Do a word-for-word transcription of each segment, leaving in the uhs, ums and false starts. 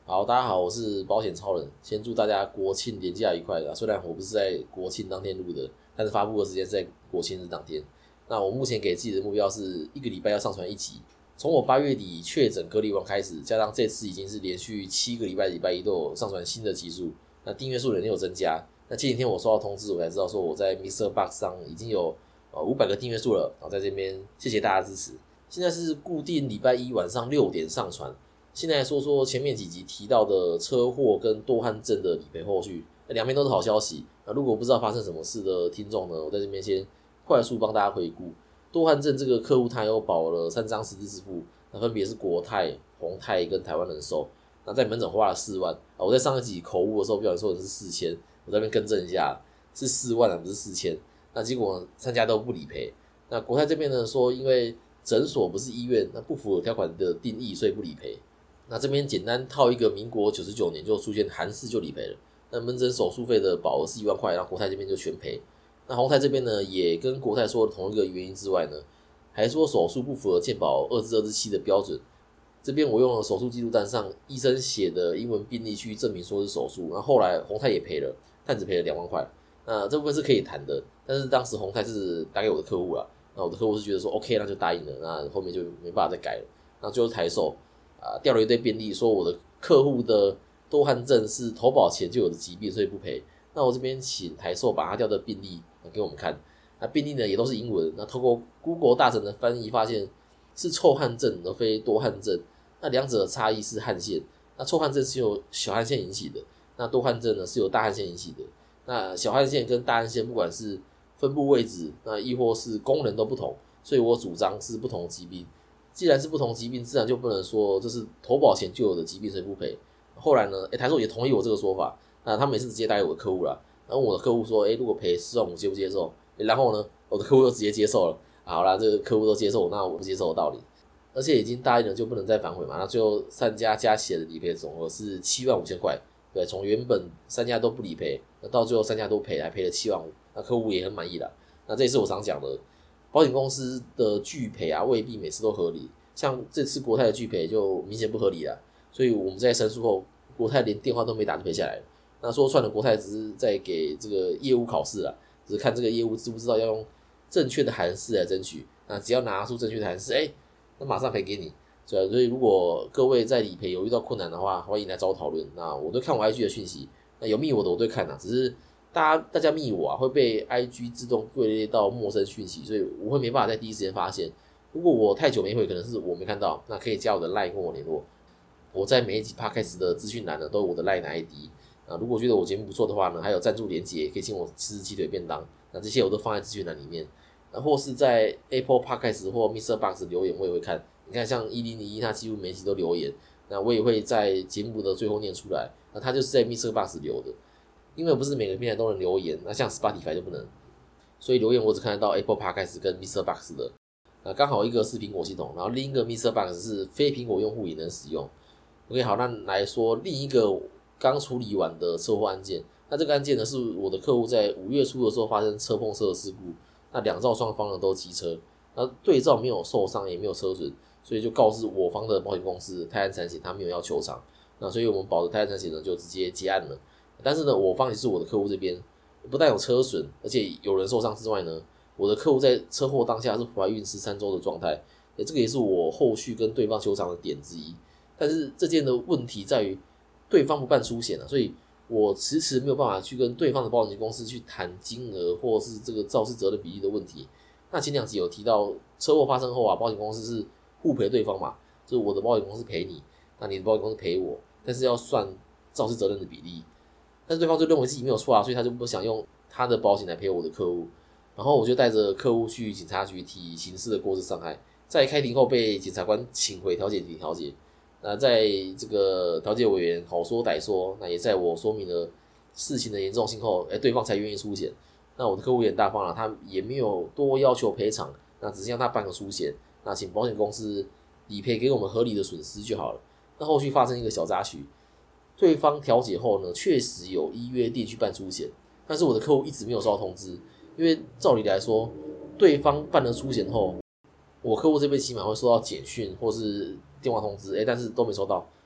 好，大家好，我是保险超人。先祝大家国庆连假愉快啦！虽然我不是在国庆当天录的，但是发布的时间是在国庆日当天。那我目前给自己的目标是一个礼拜要上传一集。从我八月底确诊隔离完开始，加上这次已经是连续七个礼拜礼拜一都有上传新的集数，那订阅数也有增加。那前几天我收到通知，我才知道说我在 Mr. Box 上已经有呃五百个订阅数了。然后在这边谢谢大家支持。现在是固定礼拜一晚上六点上传。现在来说说前面几集提到的车祸跟多汗症的理赔后续，两边都是好消息。那如果不知道发生什么事的听众呢，我在这边先快速帮大家回顾。多汗症这个客户他有保了三张实支支付，那分别是国泰、宏泰跟台湾人寿。那在门诊花了四万，我在上一集口误的时候不小心说的是四千，我在这边更正一下，是四万啊，不是四千。那结果三家都不理赔。那国泰这边呢说，因为诊所不是医院，那不符合条款的定义，所以不理赔。那这边简单套一个民国九十九年就出现韩式就理赔了。那门诊手术费的保额是一万块，然后国泰这边就全赔。那宏泰这边呢，也跟国泰说的同一个原因之外呢，还说手术不符合健保二至二至七的标准。这边我用了手术记录单上医生写的英文病历去证明说是手术。那后来宏泰也赔了，但只赔了两万块。那这部分是可以谈的，但是当时宏泰是打给我的客户啦，那我的客户是觉得说 OK， 那就答应了，那后面就没办法再改了。那最后台寿啊，调了一堆便利，说我的客户的多汗症是投保前就有的疾病，所以不赔。那我这边请台寿把他调的病历给我们看，那病历呢也都是英文。那透过 Google 大神的翻译，发现是臭汗症而非多汗症。那两者的差异是汗腺。那臭汗症是由小汗腺引起的，那多汗症呢是由大汗腺引起的。那小汗腺跟大汗腺不管是分布位置，那亦或是功能都不同，所以我主张是不同疾病。既然是不同疾病，自然就不能说这是投保前就有的疾病，所以不赔。后来呢，欸、台寿也同意我这个说法，那他们也是直接打给我的客户啦。然后我的客户说，欸、如果赔四万五接不接受？欸、然后呢，我的客户又直接接受了。好啦，这个客户都接受，那我不接受的道理。而且已经答应了，就不能再反悔嘛。那最后三家加起来的理赔总额是七万五千块。对，从原本三家都不理赔，那到最后三家都赔，还赔了七万五，那客户也很满意啦。那这也是我常讲的。保险公司的拒赔啊，未必每次都合理。像这次国泰的拒赔就明显不合理啦，所以我们在申诉后，国泰连电话都没打就赔下来了。那说穿了，国泰只是在给这个业务考试啦，只是看这个业务知不知道要用正确的函式来争取。那只要拿出正确的函式，哎，那马上赔给你。所以如果各位在理赔有遇到困难的话，欢迎来找我讨论。那我都看我 I G 的讯息，那有密我的我都看啊，只是大家大家密我啊，会被 I G 自动归类到陌生讯息，所以我会没办法在第一时间发现。如果我太久没回，可能是我没看到，那可以加我的 LINE 跟我联络。我在每一集 Podcast 的资讯栏呢，都有我的 LINE 的 I D。啊，如果觉得我节目不错的话呢，还有赞助连结，可以请我吃鸡腿便当。那这些我都放在资讯栏里面。那或是在 Apple Podcast 或 Mr. Box 留言，我也会看。你看，像一零零一，他几乎每一集都留言，那我也会在节目的最后念出来。那他就是在 Mr. Box 留的，因为不是每个平台都能留言，那像 Spotify 就不能，所以留言我只看得到 Apple Podcast 跟 Mr. Box 的。那刚好一个是苹果系统，然后另一个 Mr. Box 是非苹果用户也能使用。OK， 好，那来说另一个刚处理完的车祸案件。那这个案件呢，是我的客户在五月初的时候发生车碰车的事故，那两造双方呢都机车，那对照没有受伤也没有车损。所以就告知我方的保险公司泰安产险他没有要求偿，那所以我们保的泰安产险呢就直接结案了。但是呢，我方也是我的客户这边不但有车损，而且有人受伤之外呢，我的客户在车祸当下是怀孕十三周的状态，这个也是我后续跟对方求偿的点之一。但是这件的问题在于对方不办出险了，所以我迟迟没有办法去跟对方的保险公司去谈金额或是这个肇事责任比例的问题。那前两集有提到车祸发生后啊，保险公司是互赔对方嘛，就是我的保险公司赔你，那你的保险公司赔我，但是要算肇事责任的比例。但是对方就认为自己没有错啊，所以他就不想用他的保险来赔我的客户。然后我就带着客户去警察局提刑事的过失伤害，在开庭后被检察官请回调解庭调解。那在这个调解委员好说歹说，那也在我说明了事情的严重性后，哎，对方才愿意出险。那我的客户也很大方了，他也没有多要求赔偿，那只是让他办个出险。那请保险公司理赔给我们合理的损失就好了。那后续发生一个小插曲，对方调解后呢，确实有依约定去办出险，但是我的客户一直没有收到通知，因为照理来说，对方办了出险后，我客户这边起码会收到简讯或是电话通知，欸，但是都没收到。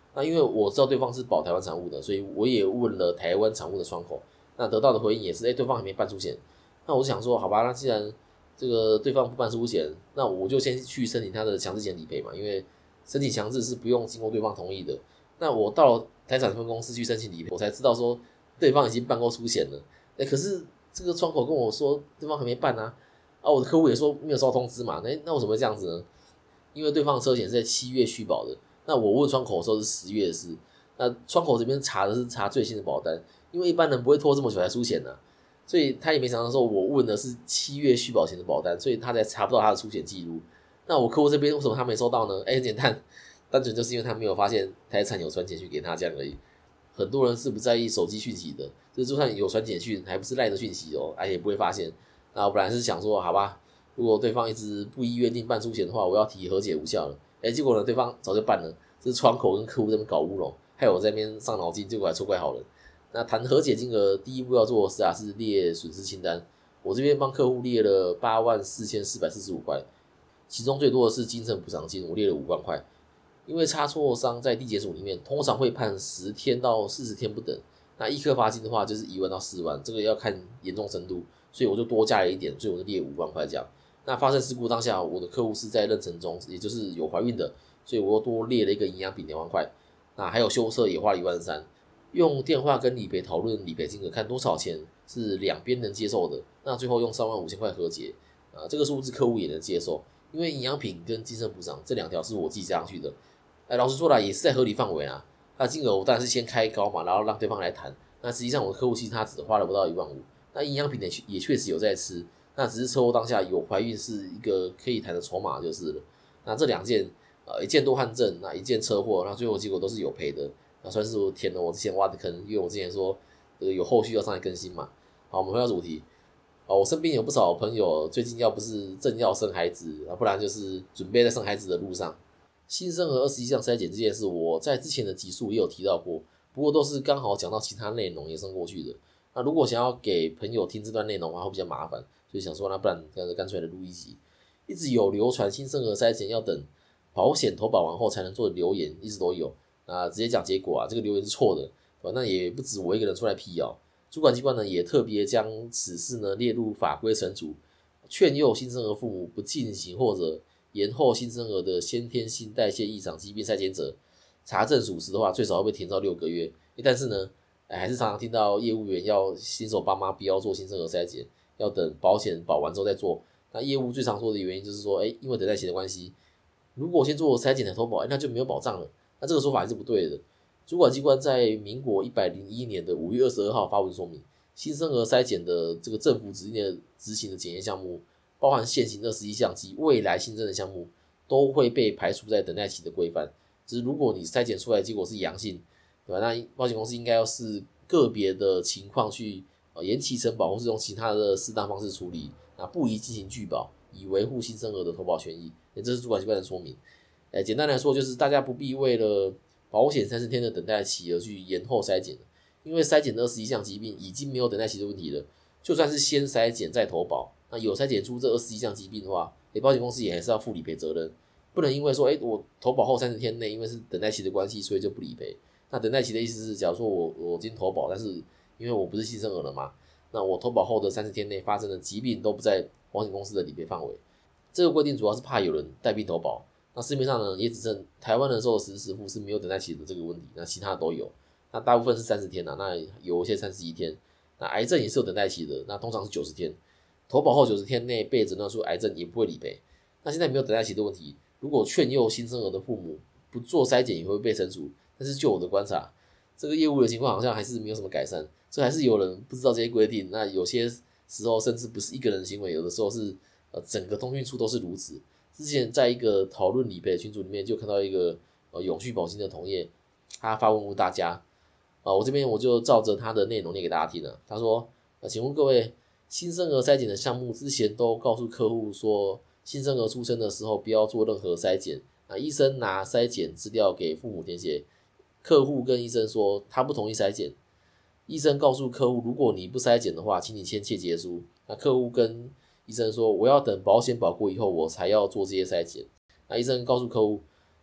那因为我知道对方是保台湾产物的，所以我也问了台湾产物的窗口，那得到的回应也是，哎、欸，对方还没办出险。那我就想说，好吧，那既然这个对方不办出险，那我就先去申请他的强制险理赔嘛，因为申请强制是不用经过对方同意的。那我到了台产分公司去申请理赔，我才知道说对方已经办过出险了。哎、欸，可是这个窗口跟我说对方还没办啊，啊，我的客户也说没有收到通知嘛，那、欸、那为什么会这样子呢？因为对方的车险是在七月续保的，那我问窗口的时候是十月的事，那窗口这边查的是查最新的保单，因为一般人不会拖这么久才出险的、啊，所以他也没想到说我问的是七月续保前的保单，所以他才查不到他的出险记录。那我客户这边为什么他没收到呢？哎、欸，很简单，单纯就是因为他没有发现台产有传简讯给他这样而已。很多人是不在意手机讯息的，就是就算有传简讯，还不是赖的讯息哦，哎也不会发现。那我本来是想说，好吧，如果对方一直不依约定办出险的话，我要提和解无效了。哎，结果呢，对方早就办了，是窗口跟客户在那边搞乌龙，害我在那边伤脑筋，结果还错怪好人。那谈和解金额，第一步要做的事啊是列损失清单。我这边帮客户列了八万四千四百四十五块，其中最多的是精神补偿金，我列了五万块。因为差错伤在缔结组里面，通常会判十天到四十天不等。那一颗罚金的话，就是一万到四万，这个要看严重程度，所以我就多加了一点，所以我就列五万块这样。那发生事故当下，我的客户是在妊娠中，也就是有怀孕的，所以我又多列了一个营养品两万块。那还有修车也花了一万三，用电话跟理赔讨论理赔金额，看多少钱是两边能接受的。那最后用三万五千块和解，啊，这个数字客户也能接受，因为营养品跟精神补偿这两条是我自己加上去的。哎，老实说啦，也是在合理范围啊。那金额我当然是先开高嘛，然后让对方来谈。那实际上我的客户其实他只花了不到一万五，那营养品也也确实有在吃，那只是车祸当下有怀孕是一个可以谈的筹码就是了。那这两件，呃，一件多憾症，那一件车祸，那最后结果都是有赔的，那算是我填了我之前挖的坑，因为我之前说呃有后续要上来更新嘛。好，我们回到主题。哦，我身边有不少朋友最近要不是正要生孩子，不然就是准备在生孩子的路上。新生儿二十一项筛检这件事，我在之前的集数也有提到过，不过都是刚好讲到其他内容延伸过去的。那如果想要给朋友听这段内容的话，会比较麻烦，所以想说那不然干脆来录一集。一直有流传新生儿筛检要等保险投保完后才能做的留言，一直都有。那直接讲结果啊，这个留言是错的，那也不止我一个人出来辟谣。主管机关呢也特别将此事呢列入法规惩处，劝诱新生儿父母不进行或者延后新生儿的先天性代谢异常疾病筛检者，查证属实的话，最少要被停照六个月。但是呢，还是常常听到业务员要新手爸妈不要做新生儿筛检，要等保险保完之后再做。那业务最常说的原因就是说，哎，因为等待期的关系，如果先做筛检才投保，那就没有保障了。那这个说法还是不对的。主管机关在民国一百零一年的五月二十二号发文说明，新生儿筛检的这个政府指定的执行的检验项目，包含现行二十一项及未来新增的项目，都会被排除在等待期的规范。只是如果你筛检出来的结果是阳性，对吧？那保险公司应该要是个别的情况去延期承保，或是用其他的适当方式处理，那不宜进行拒保，以维护新生儿的投保权益。这是主管机关的说明。哎，简单来说，就是大家不必为了保险三十天的等待期而去延后筛检，因为筛检的二十一项疾病已经没有等待期的问题了。就算是先筛检再投保，那有筛检出这二十一项疾病的话，欸，保险公司也还是要负理赔责任，不能因为说，哎，欸，我投保后三十天内，因为是等待期的关系，所以就不理赔。那等待期的意思是，假如说我我今天投保，但是因为我不是新生儿了嘛，那我投保后的三十天内发生的疾病都不在保险公司的理赔范围。这个规定主要是怕有人带病投保。那市面上呢，也只剩台湾人寿的实时付是没有等待期的这个问题，那其他的都有。那大部分是三十天啊，那有一些三十一天。那癌症也是有等待期的，那通常是九十天。投保后九十天内被诊断出癌症也不会理赔。那现在没有等待期的问题，如果劝诱新生儿的父母不做筛检也会被惩处，但是就我的观察，这个业务的情况好像还是没有什么改善，所以还是有人不知道这些规定。那有些时候甚至不是一个人的行为，有的时候是呃整个通讯处都是如此。之前在一个讨论理赔的群组里面就看到一个呃永续保金的同业，他发问问大家，呃我这边我就照着他的内容念给大家听了。他说，呃请问各位，新生儿筛检的项目之前都告诉客户说，新生儿出生的时候不要做任何筛检，啊医生拿筛检资料给父母填写，客户跟医生说他不同意筛检，医生告诉客户，如果你不筛检的话，请你签切结书。那客户跟医生说，我要等保险保过以后我才要做这些筛检。那医生告诉客户，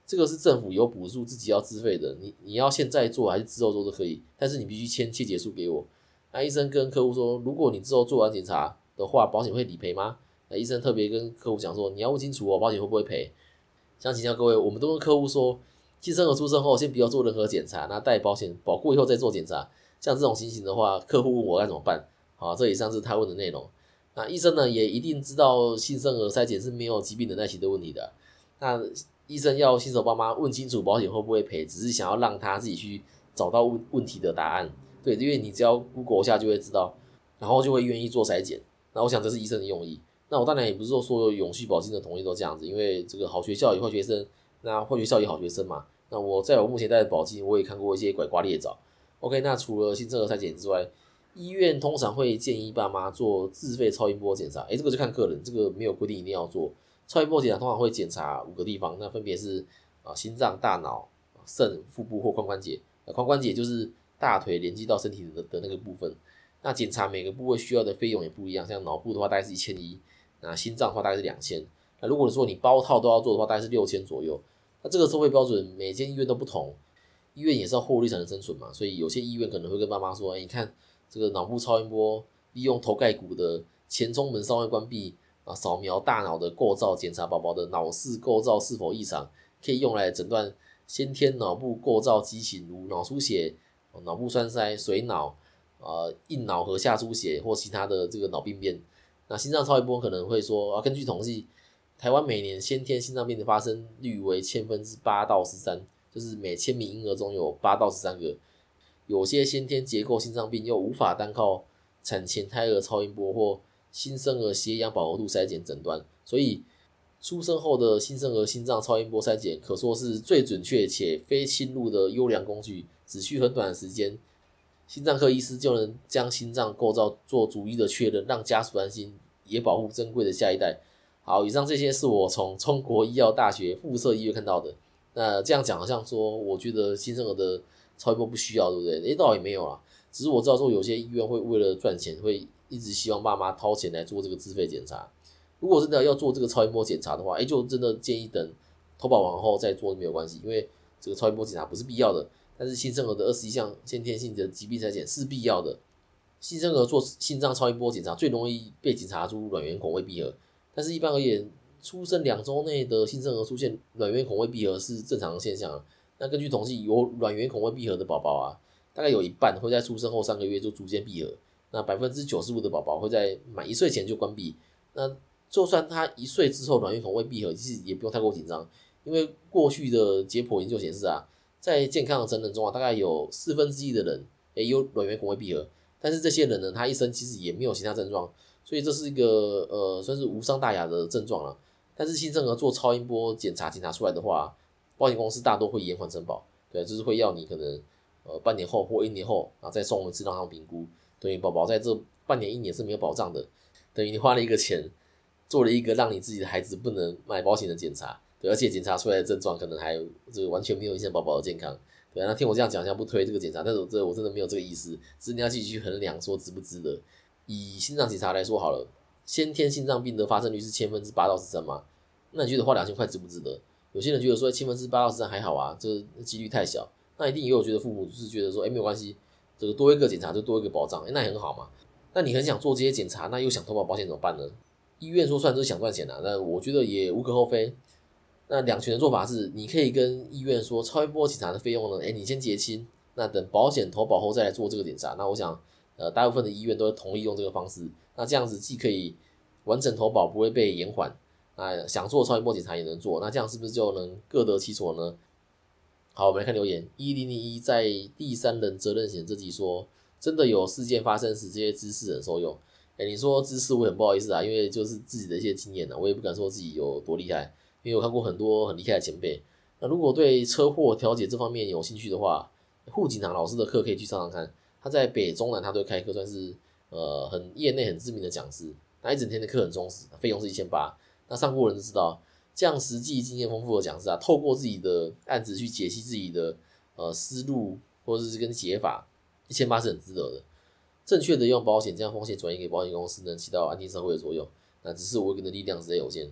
这个是政府有补助自己要自费的，你你要现在做还是之后做都可以，但是你必须签切结书给我。那医生跟客户说，如果你之后做完检查的话，保险会理赔吗？那医生特别跟客户讲说，你要问清楚哦，保险会不会赔？想请教各位，我们都跟客户说，新生儿出生后先不要做任何检查，那带保险保固以后再做检查。像这种情形的话，客户问我该怎么办？好，这以上是他问的内容。那医生呢也一定知道新生儿筛检是没有疾病忍耐期的问题的。那医生要新手爸妈问清楚保险会不会赔，只是想要让他自己去找到问问题的答案。对，因为你只要 Google 一下就会知道，然后就会愿意做筛检。那我想这是医生的用意。那我当然也不是说所有永续保金的同业都这样子，因为这个好学校有坏学生，那坏学校有好学生嘛。那我在我目前带的保金，我也看过一些拐瓜裂枣。OK， 那除了新生儿筛检之外，医院通常会建议爸妈做自费超音波检查。诶，这个就看个人，这个没有规定一定要做。超音波检查通常会检查五个地方，那分别是啊心脏、大脑、肾、腹部或髋关节。髋关节就是大腿连接到身体的的那个部分。那检查每个部位需要的费用也不一样，像脑部的话大概是一千一，那心脏的话大概是两千。那如果说你包套都要做的话，大概是六千左右。那这个收费标准每间医院都不同，医院也是要获利才能生存嘛，所以有些医院可能会跟妈妈说，哎，你看这个脑部超音波利用头盖骨的前中门稍微关闭啊，扫描大脑的构造，检查宝宝的脑室构造是否异常，可以用来诊断先天脑部构造畸形，如脑出血、脑部栓塞、水脑、呃硬脑和下出血或其他的这个脑病变。那心脏超音波可能会说，啊，根据统计，台湾每年先天心脏病的发生率为千分之八到十三，就是每千名婴儿中有八到十三个。有些先天结构心脏病又无法单靠产前胎儿超音波或新生儿血氧饱和度筛检诊断，所以出生后的新生儿心脏超音波筛检可说是最准确且非侵入的优良工具，只需很短的时间，心脏科医师就能将心脏构造做逐一的确认，让家属安心，也保护珍贵的下一代。好，以上这些是我从中国医药大学附设医院看到的。那这样讲好像说，我觉得新生儿的超音波不需要，对不对？诶，倒也没有啦，只是我知道说有些医院会为了赚钱，会一直希望爸妈掏钱来做这个自费检查。如果真的要做这个超音波检查的话，诶，就真的建议等投保完后再做没有关系，因为这个超音波检查不是必要的。但是新生儿的二十一项先天性的疾病筛检是必要的。新生儿做心脏超音波检查最容易被检查出卵圆孔未闭合，但是一般而言，出生两周内的新生儿出现卵圆孔未闭合是正常的现象。那根据统计，有卵圆孔未闭合的宝宝啊，大概有一半会在出生后三个月就逐渐闭合。那 百分之九十五 的宝宝会在满一岁前就关闭。那就算他一岁之后卵圆孔未闭合，其实也不用太过紧张，因为过去的解剖研究显示啊，在健康的成人中啊，大概有四分之一的人也有卵圆孔未闭合，但是这些人呢，他一生其实也没有其他症状，所以这是一个呃算是无伤大雅的症状了。但是新生儿做超音波检查检查出来的话，保险公司大多会延缓承保，对，就是会要你可能呃半年后或一年后，然后再送一次让他们评估，等于宝宝在这半年一年是没有保障的，等于你花了一个钱，做了一个让你自己的孩子不能买保险的检查，对，而且检查出来的症状可能还这个完全没有影响宝宝的健康，对，那听我这样讲，像不推这个检查，但是我这我真的没有这个意思，只是你要自己去衡量说值不值得。以心脏检查来说好了，先天心脏病的发生率是千分之八到十三嘛，那你觉得花两千块值不值得？有些人觉得说千分之八到十三还好啊，这个几率太小，那一定也有觉得父母就是觉得说，哎，没有关系，这个多一个检查就多一个保障，哎，那也很好嘛。那你很想做这些检查，那又想投保保险怎么办呢？医院说算是想赚钱啊，那我觉得也无可厚非。那两全的做法是，你可以跟医院说，超音波检查的费用呢，哎，你先结清，那等保险投保后再来做这个检查。那我想，呃，大部分的医院都会同意用这个方式。那这样子既可以完整投保，不会被延缓，那想做超音波检查也能做，那这样是不是就能各得其所呢？好，我们来看留言。一零零一在第三人责任险这集说，真的有事件发生时，这些知识很受用。哎，你说知识我很不好意思啊，因为就是自己的一些经验啊，我也不敢说自己有多厉害，因为我看过很多很厉害的前辈。那如果对车祸调解这方面有兴趣的话，户井堂老师的课可以去上上看。他在北中南他都会开课，算是呃很业内很知名的讲师。那一整天的课很充实，费用是一千八百。那上过人就知道，这样实际经验丰富的讲师啊，透过自己的案子去解析自己的呃思路或者是跟解法，一千八百是很值得的。正确的用保险将风险转移给保险公司，能起到安定社会的作用。那只是我一个人的力量实在有限。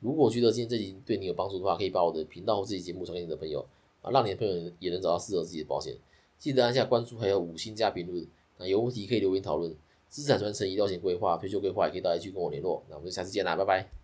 如果觉得今天这集对你有帮助的话，可以把我的频道或这期节目传给你的朋友啊，让你的朋友也能找到适合自己的保险。记得按下关注，还有五星加评论。那有问题可以留言讨论。资产传承、医疗险规划、退休规划，也可以到 I G 跟我联络。那我们就下次见啦，拜拜。